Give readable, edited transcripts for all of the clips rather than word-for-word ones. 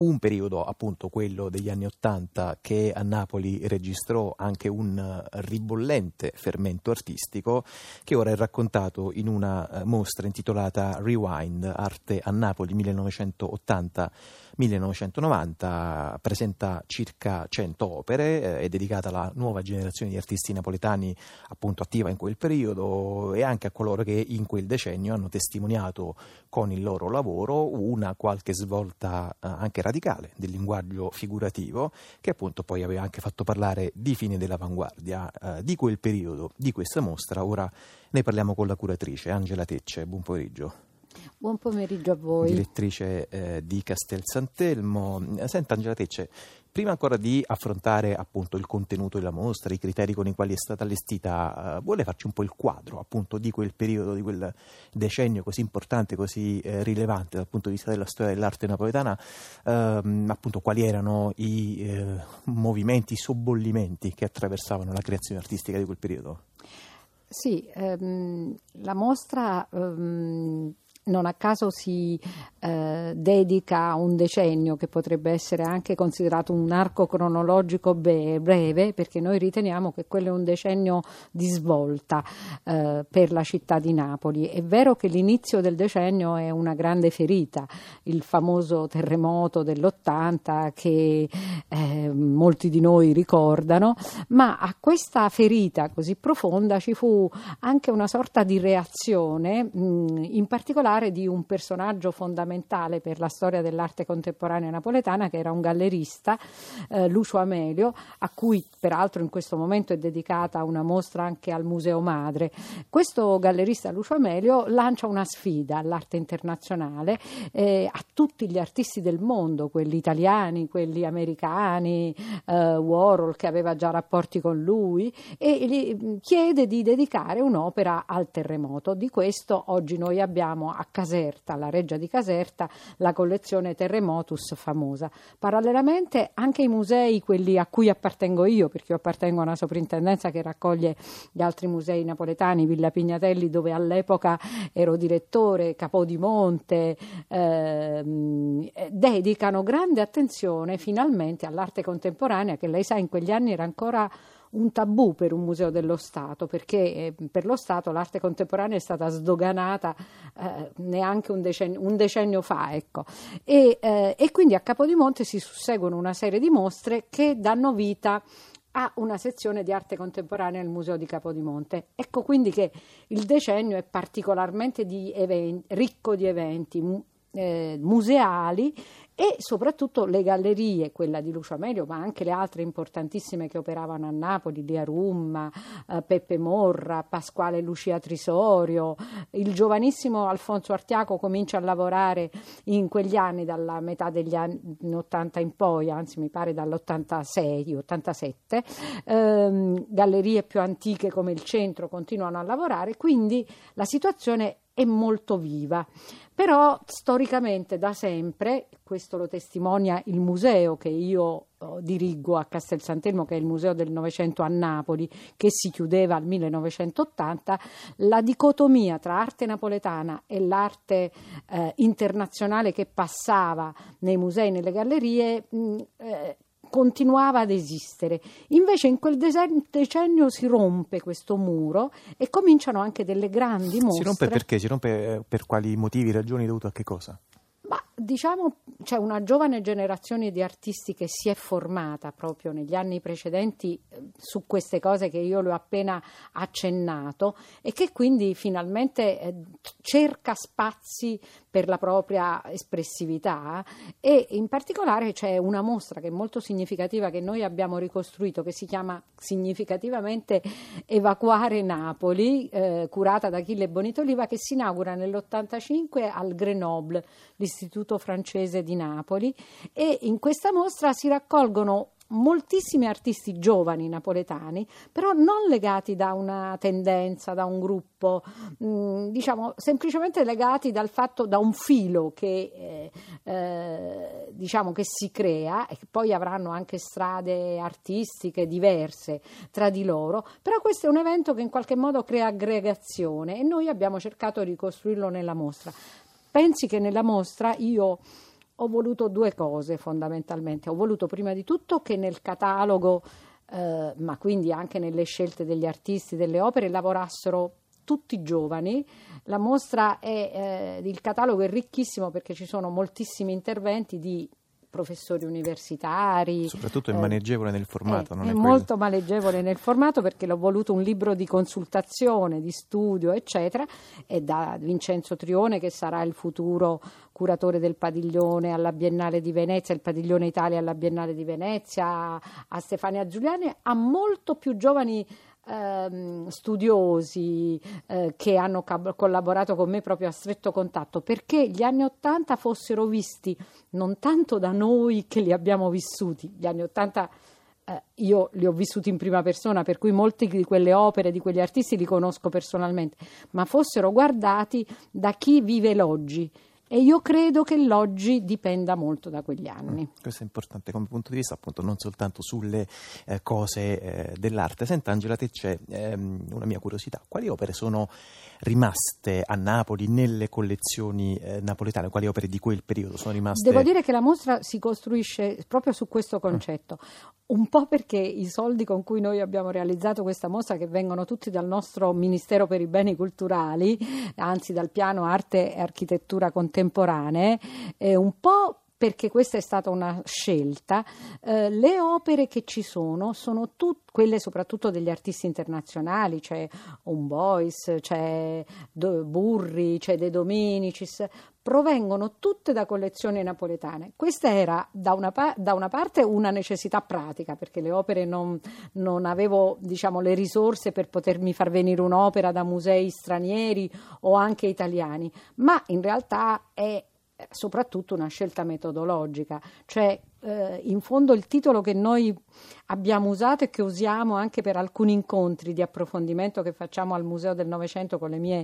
un periodo, appunto quello degli anni '80, che a Napoli registrò anche un ribollente fermento artistico, che ora è raccontato in una mostra intitolata Rewind, Arte a Napoli 1980-1990, presenta circa 100 opere, è dedicata alla nuova generazione di artisti napoletani appunto attiva in quel periodo e anche a coloro che in quel decennio hanno testimoniato con il loro lavoro una qualche svolta anche radicale del linguaggio figurativo, che appunto poi aveva anche fatto parlare di fine dell'avanguardia. Di quel periodo, di questa mostra, ora ne parliamo con la curatrice Angela Tecce. Buon pomeriggio. Buon pomeriggio a voi. Direttrice di Castel Sant'Elmo. Senta Angela Tecce, prima ancora di affrontare appunto il contenuto della mostra, i criteri con i quali è stata allestita, vuole farci un po' il quadro appunto di quel periodo, di quel decennio così importante, così rilevante dal punto di vista della storia dell'arte napoletana, appunto quali erano i movimenti, i sobbollimenti che attraversavano la creazione artistica di quel periodo? Sì, la mostra non a caso si dedica a un decennio che potrebbe essere anche considerato un arco cronologico breve, perché noi riteniamo che quello è un decennio di svolta per la città di Napoli. È vero che l'inizio del decennio è una grande ferita, il famoso terremoto dell'80 che molti di noi ricordano, ma a questa ferita così profonda ci fu anche una sorta di reazione, in particolare di un personaggio fondamentale per la storia dell'arte contemporanea napoletana, che era un gallerista, Lucio Amelio, a cui peraltro in questo momento è dedicata una mostra anche al Museo Madre. Questo gallerista Lucio Amelio lancia una sfida all'arte internazionale, a tutti gli artisti del mondo, quelli italiani, quelli americani, Warhol, che aveva già rapporti con lui, e gli chiede di dedicare un'opera al terremoto. Di questo oggi noi abbiamo a Caserta, alla Reggia di Caserta, la collezione Terremotus famosa. Parallelamente anche i musei, quelli a cui appartengo io, perché io appartengo a una soprintendenza che raccoglie gli altri musei napoletani, Villa Pignatelli, dove all'epoca ero direttore, Capodimonte, dedicano grande attenzione finalmente all'arte contemporanea, che lei sa in quegli anni era ancora un tabù per un museo dello Stato, perché per lo Stato l'arte contemporanea è stata sdoganata neanche un decennio fa, ecco. E quindi a Capodimonte si susseguono una serie di mostre che danno vita a una sezione di arte contemporanea al Museo di Capodimonte. Ecco quindi che il decennio è particolarmente ricco di eventi museali, e soprattutto le gallerie, quella di Lucio Amelio, ma anche le altre importantissime che operavano a Napoli, Lia Rumma, Peppe Morra, Pasquale Lucia Trisorio. Il giovanissimo Alfonso Artiaco comincia a lavorare in quegli anni, dalla metà degli anni 80 in poi, anzi mi pare dall'86, 87. Gallerie più antiche come il Centro continuano a lavorare, quindi la situazione è molto viva. Però storicamente da sempre, questo lo testimonia il museo che io dirigo a Castel Sant'Elmo, che è il Museo del Novecento a Napoli, che si chiudeva al 1980, la dicotomia tra arte napoletana e l'arte internazionale che passava nei musei e nelle gallerie continuava ad esistere. Invece in quel decennio si rompe questo muro e cominciano anche delle grandi mostre. Si rompe perché? Si rompe per quali motivi, ragioni, dovuto a che cosa? Ma diciamo c'è una giovane generazione di artisti che si è formata proprio negli anni precedenti su queste cose che io le ho appena accennato, e che quindi finalmente cerca spazi per la propria espressività, e in particolare c'è una mostra che è molto significativa, che noi abbiamo ricostruito, che si chiama significativamente Evacuare Napoli, curata da Achille Bonitoliva, che si inaugura nell'85 al Grenoble, l'Istituto francese di Napoli, e in questa mostra si raccolgono moltissimi artisti giovani napoletani, però non legati da una tendenza, da un gruppo, diciamo semplicemente legati dal fatto, da un filo che diciamo che si crea, e che poi avranno anche strade artistiche diverse tra di loro, però questo è un evento che in qualche modo crea aggregazione, e noi abbiamo cercato di ricostruirlo nella mostra. Pensi che nella mostra io ho voluto due cose fondamentalmente. Ho voluto prima di tutto che nel catalogo, ma quindi anche nelle scelte degli artisti, delle opere, lavorassero tutti giovani. La mostra il catalogo è ricchissimo perché ci sono moltissimi interventi di professori universitari. Soprattutto è maneggevole nel formato. È molto maneggevole nel formato perché l'ho voluto un libro di consultazione, di studio, eccetera, e da Vincenzo Trione, che sarà il futuro curatore del padiglione alla Biennale di Venezia, il padiglione Italia alla Biennale di Venezia, a Stefania Giuliani, a molto più giovani studiosi che hanno collaborato con me proprio a stretto contatto, perché gli anni '80 fossero visti non tanto da noi che li abbiamo vissuti. Gli anni '80 io li ho vissuti in prima persona, per cui molti di quelle opere, di quegli artisti li conosco personalmente, ma fossero guardati da chi vive l'oggi. E io credo che l'oggi dipenda molto da quegli anni. Questo è importante come punto di vista, appunto, non soltanto sulle cose dell'arte. Senta Angela, te c'è una mia curiosità. Quali opere sono rimaste a Napoli nelle collezioni napoletane? Quali opere di quel periodo sono rimaste? Devo dire che la mostra si costruisce proprio su questo concetto. Un po' perché i soldi con cui noi abbiamo realizzato questa mostra, che vengono tutti dal nostro Ministero per i Beni Culturali, anzi dal piano Arte e Architettura Contemporanee, un po' perché questa è stata una scelta. Le opere che ci sono quelle soprattutto degli artisti internazionali, c'è Bois, c'è Burri, c'è De Dominicis, provengono tutte da collezioni napoletane. Questa era da una parte una necessità pratica, perché le opere non avevo, diciamo, le risorse per potermi far venire un'opera da musei stranieri o anche italiani, ma in realtà è soprattutto una scelta metodologica, cioè in fondo il titolo che noi abbiamo usato e che usiamo anche per alcuni incontri di approfondimento che facciamo al Museo del Novecento con le mie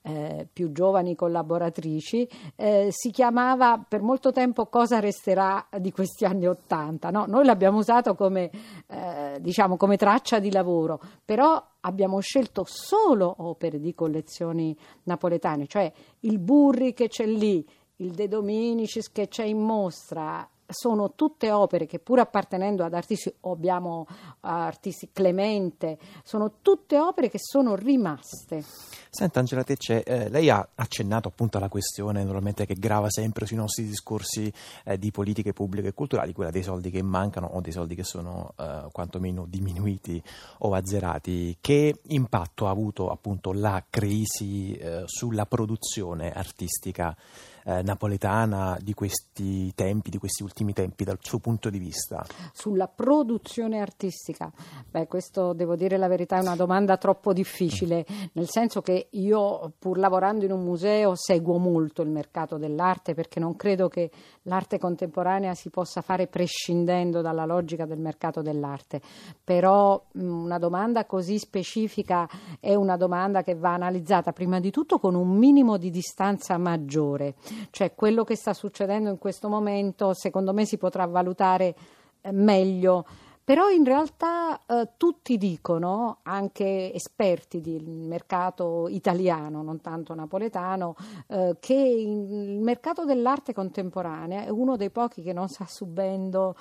più giovani collaboratrici, si chiamava per molto tempo Cosa resterà di questi anni '80, no? Noi l'abbiamo usato come diciamo come traccia di lavoro, però abbiamo scelto solo opere di collezioni napoletane, cioè il Burri che c'è lì, il De Dominicis che c'è in mostra, sono tutte opere che, pur appartenendo ad artisti, abbiamo artisti Clemente, sono tutte opere che sono rimaste. Senta Angela, lei ha accennato appunto alla questione naturalmente che grava sempre sui nostri discorsi di politiche pubbliche e culturali, quella dei soldi che mancano o dei soldi che sono quantomeno diminuiti o azzerati. Che impatto ha avuto appunto la crisi sulla produzione artistica napoletana di questi tempi, di questi ultimi tempi, dal suo punto di vista? Sulla produzione artistica? Beh, questo, devo dire la verità, è una domanda troppo difficile, nel senso che io, pur lavorando in un museo, seguo molto il mercato dell'arte, perché non credo che l'arte contemporanea si possa fare prescindendo dalla logica del mercato dell'arte. Però una domanda così specifica è una domanda che va analizzata prima di tutto con un minimo di distanza maggiore. Cioè, quello che sta succedendo in questo momento secondo me si potrà valutare meglio, però in realtà tutti dicono, anche esperti del mercato italiano, non tanto napoletano, che il mercato dell'arte contemporanea è uno dei pochi che non sta subendo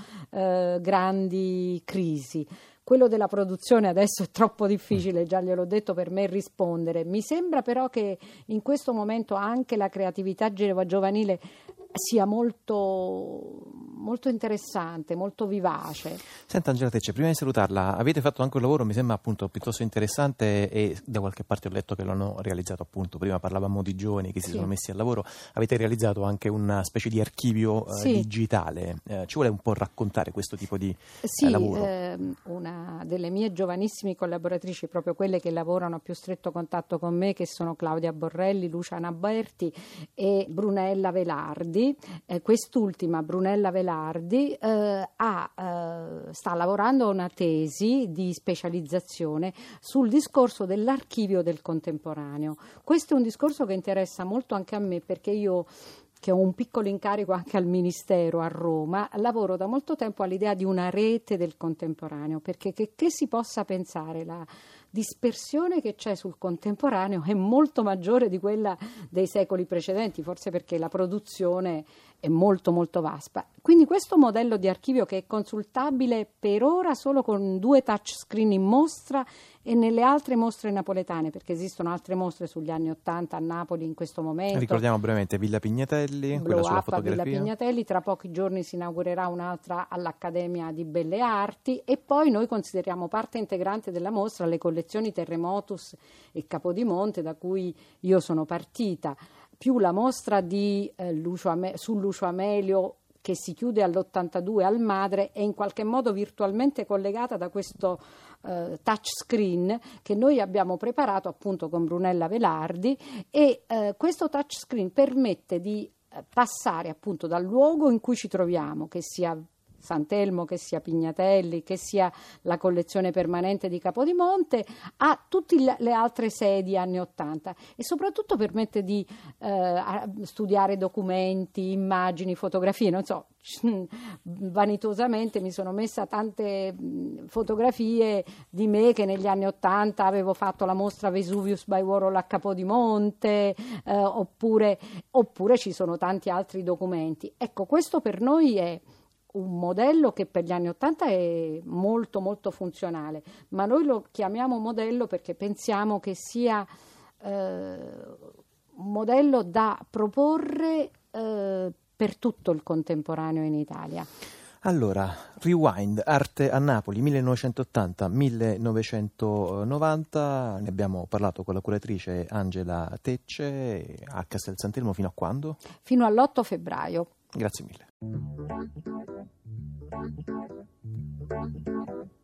grandi crisi. Quello della produzione adesso è troppo difficile, già gliel'ho detto, per me rispondere. Mi sembra però che in questo momento anche la creatività giovanile sia molto, molto interessante, molto vivace. Senta Angela Tecce, prima di salutarla, avete fatto anche un lavoro, mi sembra appunto piuttosto interessante, e da qualche parte ho letto che lo hanno realizzato, appunto, prima parlavamo di giovani che si sono messi al lavoro, avete realizzato anche una specie di archivio digitale. Ci vuole un po' raccontare questo tipo di lavoro? Una delle mie giovanissime collaboratrici, proprio quelle che lavorano a più stretto contatto con me, che sono Claudia Borrelli, Luciana Berti e Brunella Velardi. Quest'ultima, Brunella Velardi, sta lavorando a una tesi di specializzazione sul discorso dell'archivio del contemporaneo. Questo è un discorso che interessa molto anche a me, perché io, che ho un piccolo incarico anche al Ministero a Roma, lavoro da molto tempo all'idea di una rete del contemporaneo, perché che si possa pensare dispersione che c'è sul contemporaneo è molto maggiore di quella dei secoli precedenti, forse perché la produzione è molto molto vasta. Quindi questo modello di archivio, che è consultabile per ora solo con 2 touchscreen in mostra e nelle altre mostre napoletane, perché esistono altre mostre sugli anni '80 a Napoli in questo momento. Ricordiamo brevemente Villa Pignatelli, quella sulla fotografia. Villa Pignatelli, tra pochi giorni si inaugurerà un'altra all'Accademia di Belle Arti, e poi noi consideriamo parte integrante della mostra le collezioni Terremotus e Capodimonte, da cui io sono partita, più la mostra di su Lucio Amelio, che si chiude all'82 al Madre, è in qualche modo virtualmente collegata da questo touchscreen che noi abbiamo preparato appunto con Brunella Velardi, e questo touchscreen permette di passare appunto dal luogo in cui ci troviamo, che sia Sant'Elmo, che sia Pignatelli, che sia la collezione permanente di Capodimonte, a tutte le altre sedi anni '80, e soprattutto permette di studiare documenti, immagini, fotografie. Non so, vanitosamente mi sono messa tante fotografie di me che negli anni '80 avevo fatto la mostra Vesuvius by Warhol a Capodimonte, oppure ci sono tanti altri documenti. Ecco, questo per noi è un modello che per gli anni '80 è molto molto funzionale, ma noi lo chiamiamo modello perché pensiamo che sia un modello da proporre per tutto il contemporaneo in Italia. Allora, Rewind, Arte a Napoli, 1980-1990, ne abbiamo parlato con la curatrice Angela Tecce, a Castel Sant'Elmo fino a quando? Fino all'8 febbraio. Grazie mille.